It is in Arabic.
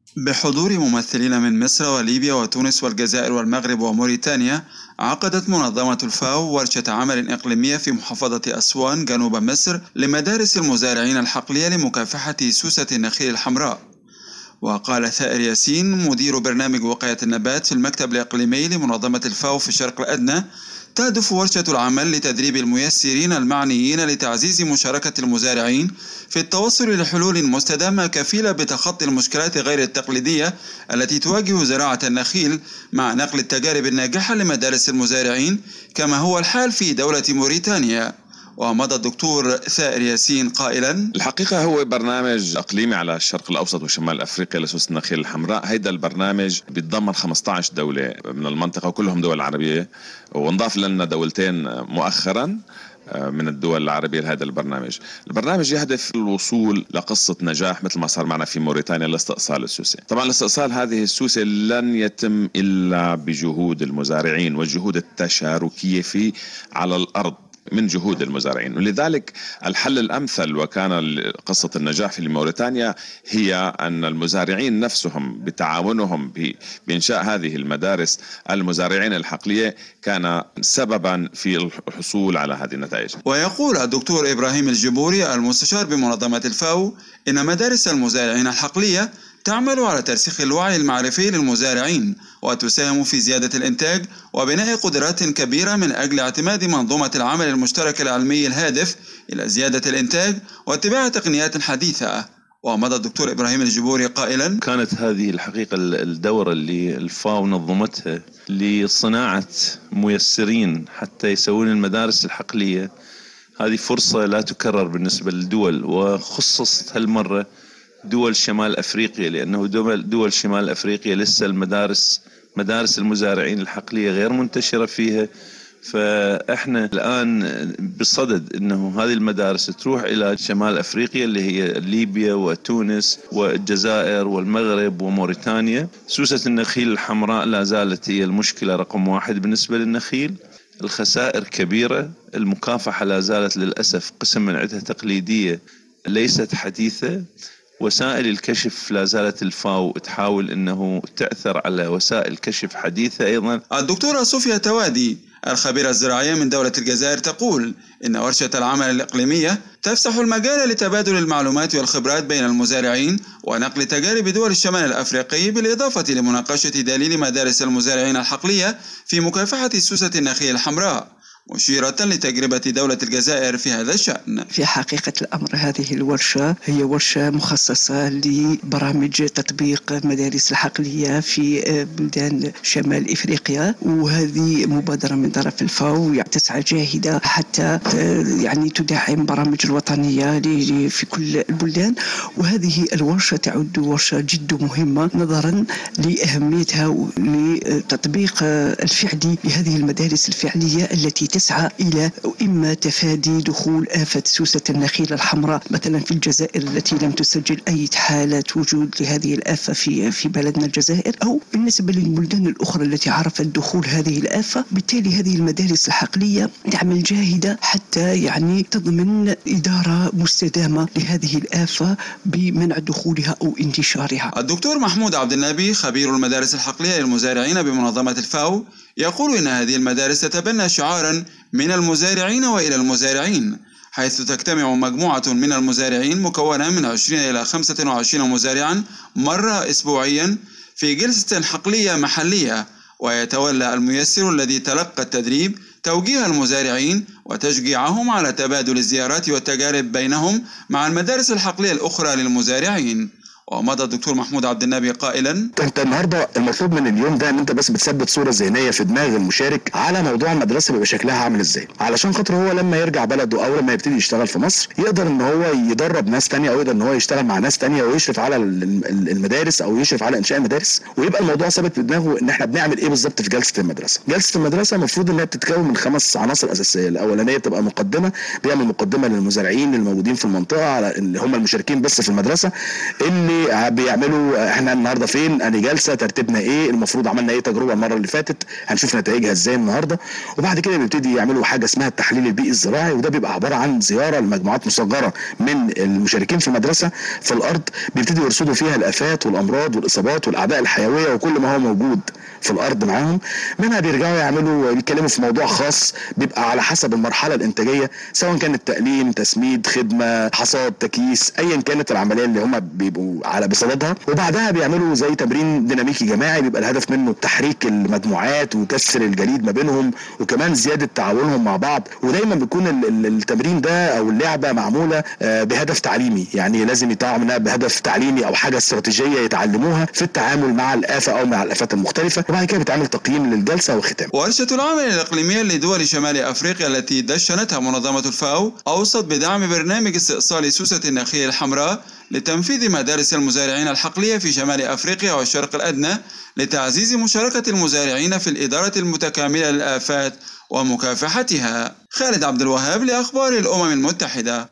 بحضور ممثلين من مصر وليبيا وتونس والجزائر والمغرب وموريتانيا، عقدت منظمة الفاو ورشة عمل إقليمية في محافظة أسوان جنوب مصر لمدارس المزارعين الحقلية لمكافحة سوسة النخيل الحمراء. وقال ثائر ياسين مدير برنامج وقاية النبات في المكتب الإقليمي لمنظمة الفاو في الشرق الأدنى: تهدف ورشة العمل لتدريب الميسرين المعنيين لتعزيز مشاركة المزارعين في التوصل لحلول مستدامة كفيلة بتخطي المشكلات غير التقليدية التي تواجه زراعة النخيل، مع نقل التجارب الناجحة لمدارس المزارعين كما هو الحال في دولة موريتانيا. ومضى الدكتور ثائر ياسين قائلا: الحقيقة هو برنامج أقليمي على الشرق الأوسط وشمال أفريقيا لسوسة النخيل الحمراء. هيدا البرنامج بيتضمن 15 دولة من المنطقة وكلهم دول عربية، ونضاف لنا دولتين مؤخرا من الدول العربية لهذا البرنامج. البرنامج يهدف الوصول لقصة نجاح مثل ما صار معنا في موريتانيا لاستئصال السوسة. طبعا الاستئصال هذه السوسة لن يتم إلا بجهود المزارعين والجهود التشاركية في على الأرض من جهود المزارعين، ولذلك الحل الأمثل وكان قصة النجاح في موريتانيا هي أن المزارعين نفسهم بتعاونهم بإنشاء هذه المدارس المزارعين الحقلية كان سببا في الحصول على هذه النتائج. ويقول الدكتور إبراهيم الجبوري المستشار بمنظمة الفاو إن مدارس المزارعين الحقلية تعمل على ترسيخ الوعي المعرفي للمزارعين وتساهم في زيادة الإنتاج وبناء قدرات كبيرة من أجل اعتماد منظومة العمل المشترك العلمي الهادف إلى زيادة الإنتاج واتباع تقنيات حديثة. ومضى الدكتور إبراهيم الجبوري قائلا: كانت هذه الحقيقة الدورة اللي الفاو نظمتها لصناعة ميسرين حتى يسوون المدارس الحقلية، هذه فرصة لا تكرر بالنسبة للدول، وخصصت هالمرة دول شمال أفريقيا، لأنه دول شمال أفريقيا لسه مدارس المزارعين الحقلية غير منتشرة فيها. فإحنا الآن بصدد أنه هذه المدارس تروح إلى شمال أفريقيا اللي هي ليبيا وتونس والجزائر والمغرب وموريتانيا. سوسة النخيل الحمراء لا زالت هي المشكلة رقم 1 بالنسبة للنخيل، الخسائر كبيرة، المكافحة لا زالت للأسف قسم من عدة تقليدية ليست حديثة، وسائل الكشف لا زالت الفاو تحاول أنه تأثر على وسائل كشف حديثة أيضا. الدكتورة صوفيا توادي الخبيرة الزراعية من دولة الجزائر تقول إن ورشة العمل الإقليمية تفسح المجال لتبادل المعلومات والخبرات بين المزارعين ونقل تجارب دول الشمال الأفريقي، بالإضافة لمناقشة دليل مدارس المزارعين الحقلية في مكافحة سوسة النخيل الحمراء، مشيرة لتجربة دولة الجزائر في هذا الشأن. في حقيقة الأمر هذه الورشة هي ورشة مخصصة لبرامج تطبيق مدارس الحقلية في بلدان شمال إفريقيا، وهذه مبادرة من طرف الفاو تسعى جاهدة حتى تدعم برامج الوطنية في كل البلدان. وهذه الورشة تعد ورشة جد مهمة نظرا لأهميتها لتطبيق الفعلي لهذه المدارس الفعلية التي تسعى إلى إما تفادي دخول آفة سوسة النخيل الحمراء مثلا في الجزائر التي لم تسجل أي حالة وجود لهذه الآفة في بلدنا الجزائر، أو بالنسبة للبلدان الأخرى التي عرفت دخول هذه الآفة. بالتالي هذه المدارس الحقلية تعمل جاهدة حتى تضمن إدارة مستدامة لهذه الآفة بمنع دخولها أو انتشارها. الدكتور محمود عبد النبي خبير المدارس الحقلية للمزارعين بمنظمة الفاو يقول إن هذه المدارس تتبنى شعارا من المزارعين وإلى المزارعين، حيث تجتمع مجموعة من المزارعين مكونة من 20 إلى 25 مزارعا مرة أسبوعيا في جلسة حقلية محلية، ويتولى الميسر الذي تلقى التدريب توجيه المزارعين وتشجيعهم على تبادل الزيارات والتجارب بينهم مع المدارس الحقلية الأخرى للمزارعين. ومضى الدكتور محمود عبد النبي قائلا: انت النهارده المطلوب من اليوم ده ان انت بس بتثبت صوره ذهنيه في دماغ المشارك على موضوع المدرسه بيبقى شكلها عامل ازاي، علشان خاطر هو لما يرجع بلده او لما يبتدي يشتغل في مصر يقدر ان هو يدرب ناس تانية او يقدر ان هو يشتغل مع ناس تانية ويشرف على المدارس او يشرف على انشاء المدارس، ويبقى الموضوع ثابت في دماغه ان احنا بنعمل ايه بالظبط في جلسه المدرسه. جلسه المدرسه المفروض انها بتتكون من 5 عناصر اساسيه. الاولانيه بتبقى مقدمه، بيعمل مقدمه للمزارعين الموجودين في المنطقه على اللي هم المشاركين بس في المدرسه، اللي وبيعملوا احنا النهارده فين، اني جلسه، ترتيبنا ايه، المفروض عملنا ايه تجربه المره اللي فاتت، هنشوف نتائجها ازاي النهارده. وبعد كده بيبتدي يعملوا حاجه اسمها التحليل البيئي الزراعي، وده بيبقى عباره عن زياره لمجموعات مصغره من المشاركين في المدرسه في الارض، بيبتدي يرصدوا فيها الافات والامراض والاصابات والاعداء الحيويه وكل ما هو موجود في الارض معاهم. منها بيرجعوا يعملوا يتكلموا في موضوع خاص بيبقى على حسب المرحله الانتاجيه، سواء كانت تقليم، تسميد، خدمه، حصاد، تكييس، ايا كانت العمليه اللي هم بيبقوا على بصددها. وبعدها بيعملوا زي تمرين ديناميكي جماعي بيبقى الهدف منه تحريك المجموعات وكسر الجليد ما بينهم وكمان زياده تعاونهم مع بعض. ودايما بيكون التمرين ده او اللعبه معموله بهدف تعليمي، يعني لازم يتعاملوا بهدف تعليمي او حاجه استراتيجيه يتعلموها في التعامل مع الافه او مع الافات المختلفه. وبعد كده بتعمل تقييم للجلسه وختام. ورشة العمل الإقليمية لدول شمال أفريقيا التي دشنتها منظمة الفاو أوصت بدعم برنامج استئصال سوسة النخيل الحمراء لتنفيذ مدارس المزارعين الحقلية في شمال أفريقيا والشرق الأدنى لتعزيز مشاركة المزارعين في الإدارة المتكاملة للآفات ومكافحتها. خالد عبد الوهاب لأخبار الأمم المتحدة.